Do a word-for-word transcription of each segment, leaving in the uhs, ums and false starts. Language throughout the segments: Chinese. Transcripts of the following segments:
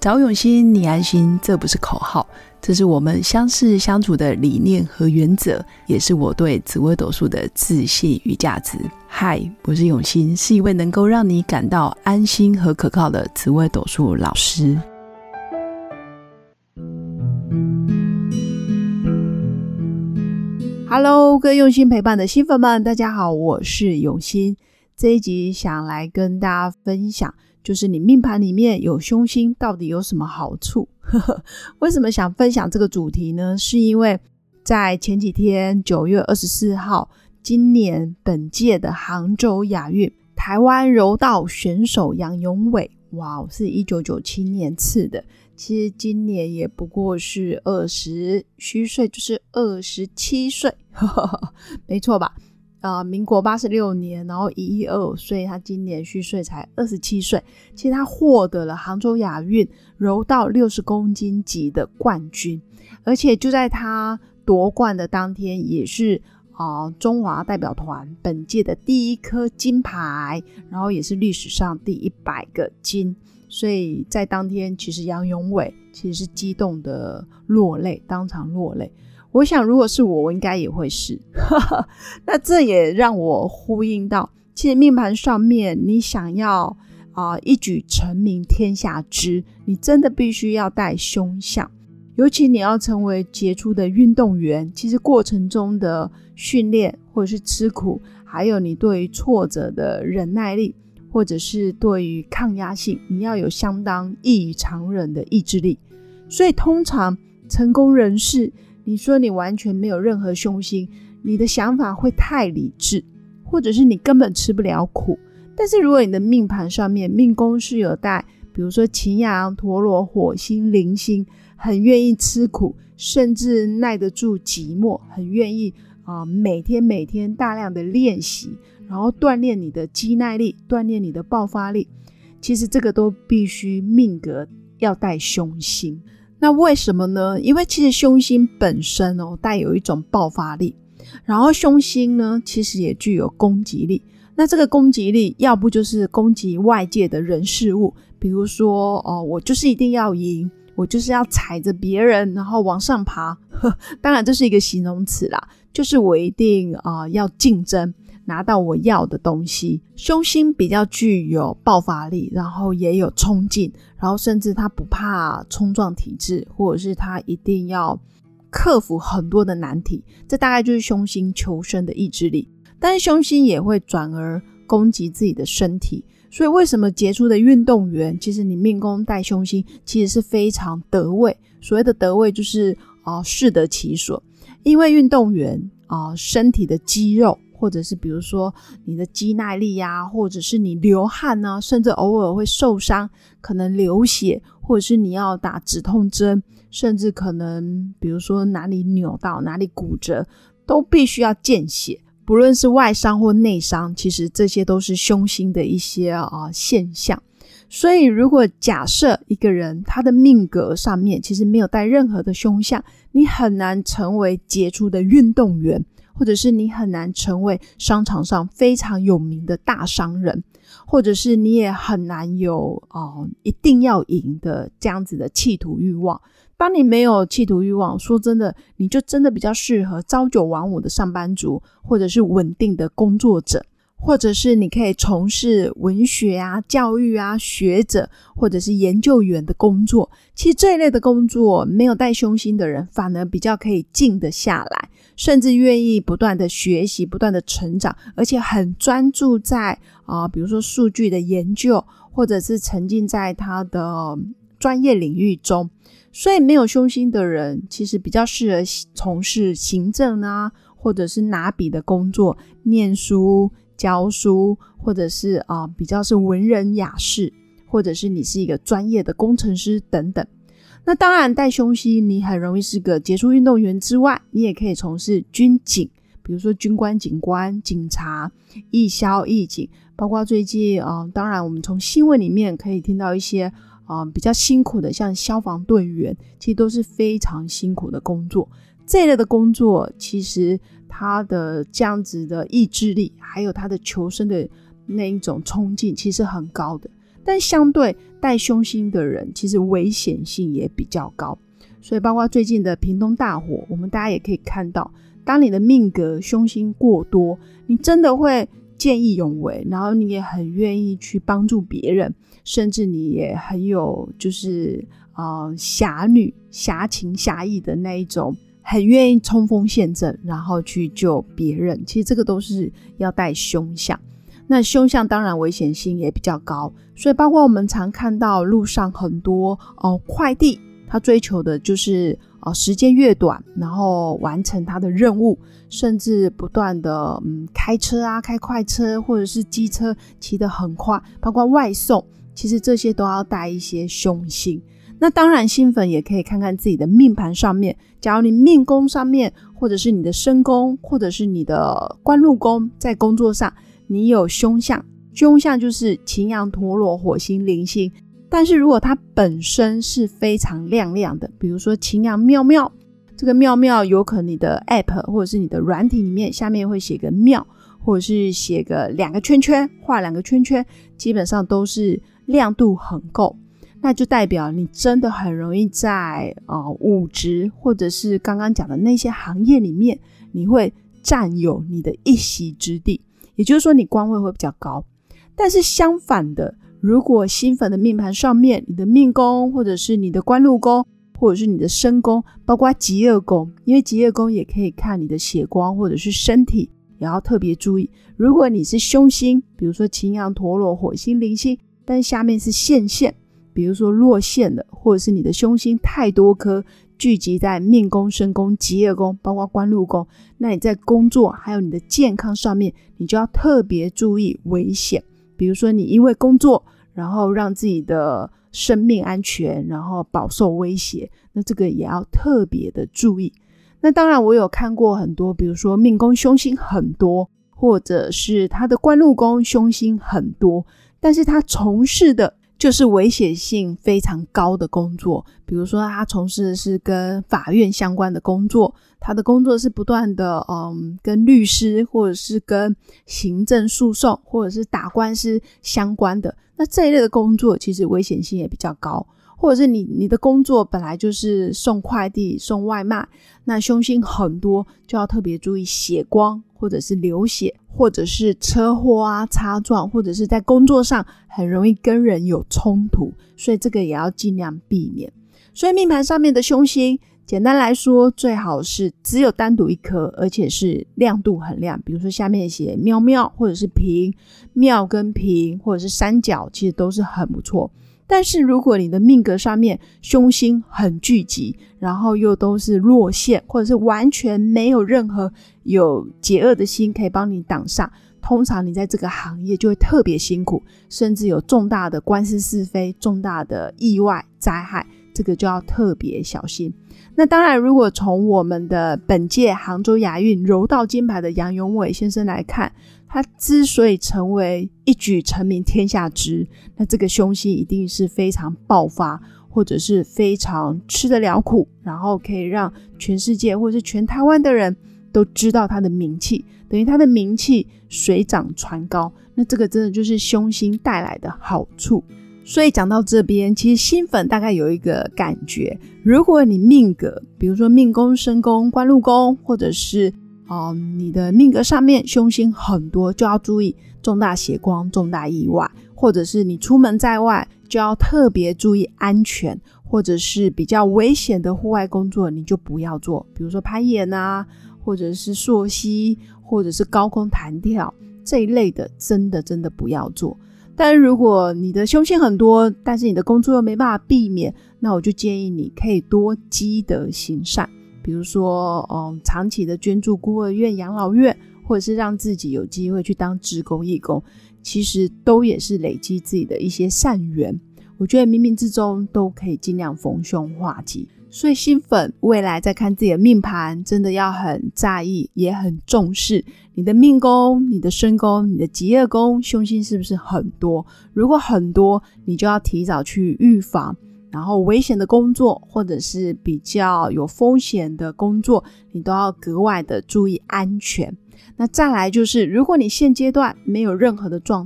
找永新，你安心，这不是口号，这是我们相识相处的理念和原则，也是我对紫微斗数的自信与价值。嗨，我是永新，是一位能够让你感到安心和可靠的紫微斗数老师。Hello， 各位用心陪伴的新粉们，大家好，我是永新。这一集想来跟大家分享，就是你命盘里面有凶星到底有什么好处？为什么想分享这个主题呢？是因为在前几天九月二十四号，今年本届的杭州亚运，台湾柔道选手杨永伟，哇，是一九九七年次的，其实今年也不过是二十虚岁，就是二十七岁，没错吧？呃，民国八十六年，然后一一二五岁，他今年虚岁才二十七岁。其实他获得了杭州亚运柔道六十公斤级的冠军，而且就在他夺冠的当天，也是呃中华代表团本届的第一颗金牌，然后也是历史上第一百个金。所以在当天，其实杨永伟其实是激动的落泪，当场落泪。我想如果是我，我应该也会是。那这也让我呼应到，其实命盘上面你想要、呃、一举成名天下知，你真的必须要带凶相。尤其你要成为杰出的运动员，其实过程中的训练或者是吃苦，还有你对于挫折的忍耐力，或者是对于抗压性，你要有相当异于常人的意志力。所以通常成功人士，你说你完全没有任何凶星，你的想法会太理智，或者是你根本吃不了苦。但是如果你的命盘上面命宫是有带比如说擎羊、陀罗、火星、铃星，很愿意吃苦，甚至耐得住寂寞，很愿意、呃、每天每天大量的练习，然后锻炼你的肌耐力，锻炼你的爆发力，其实这个都必须命格要带凶星。那为什么呢？因为其实凶星本身哦带有一种爆发力，然后凶星呢其实也具有攻击力。那这个攻击力要不就是攻击外界的人事物，比如说哦，我就是一定要赢，我就是要踩着别人然后往上爬，当然这是一个形容词啦，就是我一定、呃、要竞争拿到我要的东西。凶星比较具有爆发力，然后也有冲劲，然后甚至他不怕冲撞体制，或者是他一定要克服很多的难题，这大概就是凶星求生的意志力。但是凶星也会转而攻击自己的身体，所以为什么杰出的运动员，其实你命宫带凶星其实是非常得位。所谓的得位就是、呃、适得其所，因为运动员、呃、身体的肌肉，或者是比如说你的肌耐力啊，或者是你流汗啊，甚至偶尔会受伤，可能流血，或者是你要打止痛针，甚至可能比如说哪里扭到哪里骨折，都必须要见血。不论是外伤或内伤，其实这些都是凶星的一些、呃、现象。所以如果假设一个人他的命格上面其实没有带任何的凶相，你很难成为杰出的运动员，或者是你很难成为商场上非常有名的大商人，或者是你也很难有、呃、一定要赢的这样子的企图欲望。当你没有企图欲望，说真的，你就真的比较适合朝九晚五的上班族，或者是稳定的工作者，或者是你可以从事文学啊、教育啊、学者或者是研究员的工作。其实这一类的工作没有带凶星的人反而比较可以静得下来，甚至愿意不断的学习，不断的成长，而且很专注在、呃、比如说数据的研究，或者是沉浸在他的专业领域中。所以没有凶星的人其实比较适合从事行政啊，或者是拿笔的工作，念书教书，或者是、呃、比较是文人雅士，或者是你是一个专业的工程师等等。那当然带凶星你很容易是个杰出运动员之外，你也可以从事军警，比如说军官、警官、警察、义消、义警，包括最近、呃、当然我们从新闻里面可以听到一些呃、比较辛苦的，像消防队员，其实都是非常辛苦的工作。这一类的工作其实他的这样子的意志力，还有他的求生的那一种冲劲其实很高的。 但相对带凶星的人其实危险性也比较高。所以包括最近的屏东大火，我们大家也可以看到，当你的命格凶星过多，你真的会见义勇为，然后你也很愿意去帮助别人，甚至你也很有就是呃侠女侠情侠义的那一种，很愿意冲锋陷阵，然后去救别人。其实这个都是要带凶相，那凶相当然危险性也比较高，所以包括我们常看到路上很多呃快递，他追求的就是呃时间越短，然后完成他的任务，甚至不断的嗯开车啊开快车，或者是机车骑得很快，包括外送，其实这些都要带一些凶星。那当然新粉也可以看看自己的命盘上面，假如你命宫上面，或者是你的身宫，或者是你的官禄宫，在工作上你有凶相，凶相就是擎羊陀罗火星铃星，但是如果它本身是非常亮亮的，比如说擎羊妙妙，这个妙妙有可能你的 app 或者是你的软体里面下面会写个妙，或者是写个两个圈圈，画两个圈圈，基本上都是亮度很够，那就代表你真的很容易在呃武职或者是刚刚讲的那些行业里面，你会占有你的一席之地，也就是说你官位会比较高。但是相反的，如果新粉的命盘上面，你的命宫或者是你的官禄宫或者是你的身宫，包括疾厄宫，因为疾厄宫也可以看你的血光或者是身体，也要特别注意。如果你是凶星，比如说擎羊陀罗火星铃星，但下面是线线，比如说落线了，或者是你的凶星太多颗聚集在命宫、身宫、疾厄宫，包括官禄宫，那你在工作还有你的健康上面，你就要特别注意危险。比如说你因为工作然后让自己的生命安全然后饱受威胁，那这个也要特别的注意。那当然我有看过很多，比如说命宫凶星很多，或者是他的官禄宫凶星很多，但是他从事的就是危险性非常高的工作，比如说他从事的是跟法院相关的工作，他的工作是不断的嗯，跟律师或者是跟行政诉讼或者是打官司相关的，那这一类的工作其实危险性也比较高。或者是你你的工作本来就是送快递送外卖，那凶星很多，就要特别注意血光或者是流血，或者是车祸啊擦撞，或者是在工作上很容易跟人有冲突，所以这个也要尽量避免。所以命盘上面的凶星简单来说最好是只有单独一颗，而且是亮度很亮，比如说下面写妙妙或者是平，妙跟平或者是三角其实都是很不错。但是如果你的命格上面凶星很聚集，然后又都是落线，或者是完全没有任何有解厄的星可以帮你挡上，通常你在这个行业就会特别辛苦，甚至有重大的官司是非，重大的意外灾害，这个就要特别小心。那当然如果从我们的本届杭州亚运柔道金牌的杨永伟先生来看，他之所以成为一举成名天下知，那这个凶星一定是非常爆发，或者是非常吃得了苦，然后可以让全世界或者是全台湾的人都知道他的名气，等于他的名气水涨船高，那这个真的就是凶星带来的好处。所以讲到这边，其实新粉大概有一个感觉，如果你命格比如说命宫、身宫、官禄宫，或者是哦，你的命格上面凶星很多，就要注意重大血光、重大意外，或者是你出门在外就要特别注意安全，或者是比较危险的户外工作你就不要做，比如说攀岩啊，或者是溯溪，或者是高空弹跳这一类的，真的真的不要做。但是如果你的凶星很多，但是你的工作又没办法避免，那我就建议你可以多积德行善，比如说嗯，长期的捐助孤儿院、养老院，或者是让自己有机会去当志工义工，其实都也是累积自己的一些善缘，我觉得冥冥之中都可以尽量逢凶化吉。所以新粉未来在看自己的命盘，真的要很在意，也很重视你的命宫、你的身宫、你的疾厄宫凶星是不是很多。如果很多，你就要提早去预防，然后危险的工作或者是比较有风险的工作，你都要格外的注意安全。那再来就是，如果你现阶段没有任何的状态，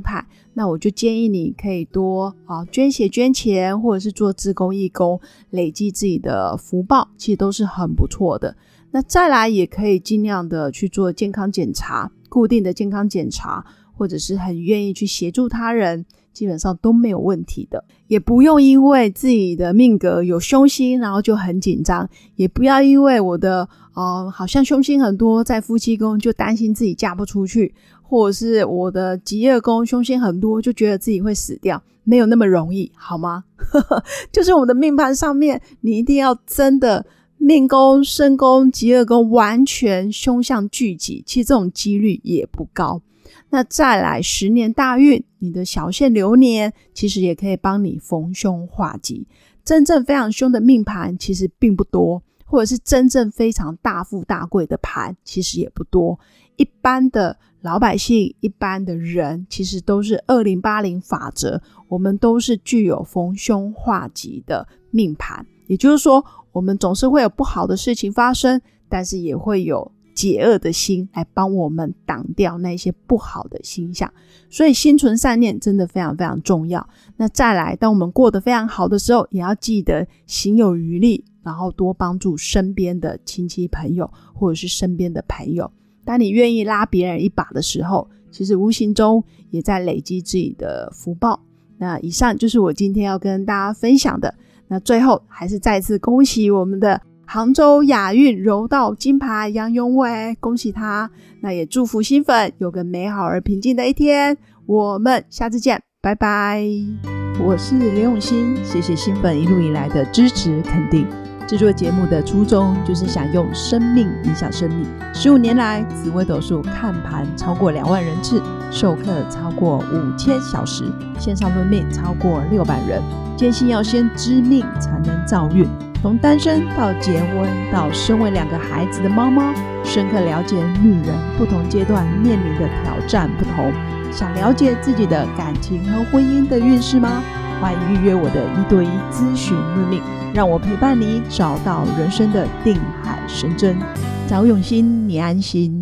那我就建议你可以多啊捐血捐钱，或者是做志工义工，累积自己的福报，其实都是很不错的。那再来也可以尽量的去做健康检查，固定的健康检查，或者是很愿意去协助他人，基本上都没有问题的。也不用因为自己的命格有凶星然后就很紧张，也不要因为我的呃好像凶星很多在夫妻宫就担心自己嫁不出去，或者是我的疾业宫凶星很多就觉得自己会死掉，没有那么容易好吗？就是我们的命盘上面你一定要真的命宫、身宫、疾业宫完全凶相聚集，其实这种几率也不高。那再来十年大运，你的小限流年其实也可以帮你逢凶化吉。真正非常凶的命盘其实并不多，或者是真正非常大富大贵的盘其实也不多。一般的老百姓，一般的人其实都是二零八零法则，我们都是具有逢凶化吉的命盘。也就是说我们总是会有不好的事情发生，但是也会有解厄的心来帮我们挡掉那些不好的星象，所以心存善念真的非常非常重要。那再来，当我们过得非常好的时候，也要记得行有余力，然后多帮助身边的亲戚朋友或者是身边的朋友。当你愿意拉别人一把的时候，其实无形中也在累积自己的福报。那以上就是我今天要跟大家分享的。那最后还是再次恭喜我们的杭州亚运柔道金牌杨永伟，恭喜他。那也祝福新粉有个美好而平静的一天，我们下次见，拜拜。 我是刘永新，谢谢新粉一路以来的支持肯定。制作节目的初衷就是想用生命影响生命。十五年来，紫微斗数看盘超过两万人次，授课超过五千小时，线上论命超过六百人。坚信要先知命才能造运，从单身到结婚到身为两个孩子的妈妈，深刻了解女人不同阶段面临的挑战不同。想了解自己的感情和婚姻的运势吗？欢迎预约我的一对一咨询论命，让我陪伴你找到人生的定海神针。找永心，你安心。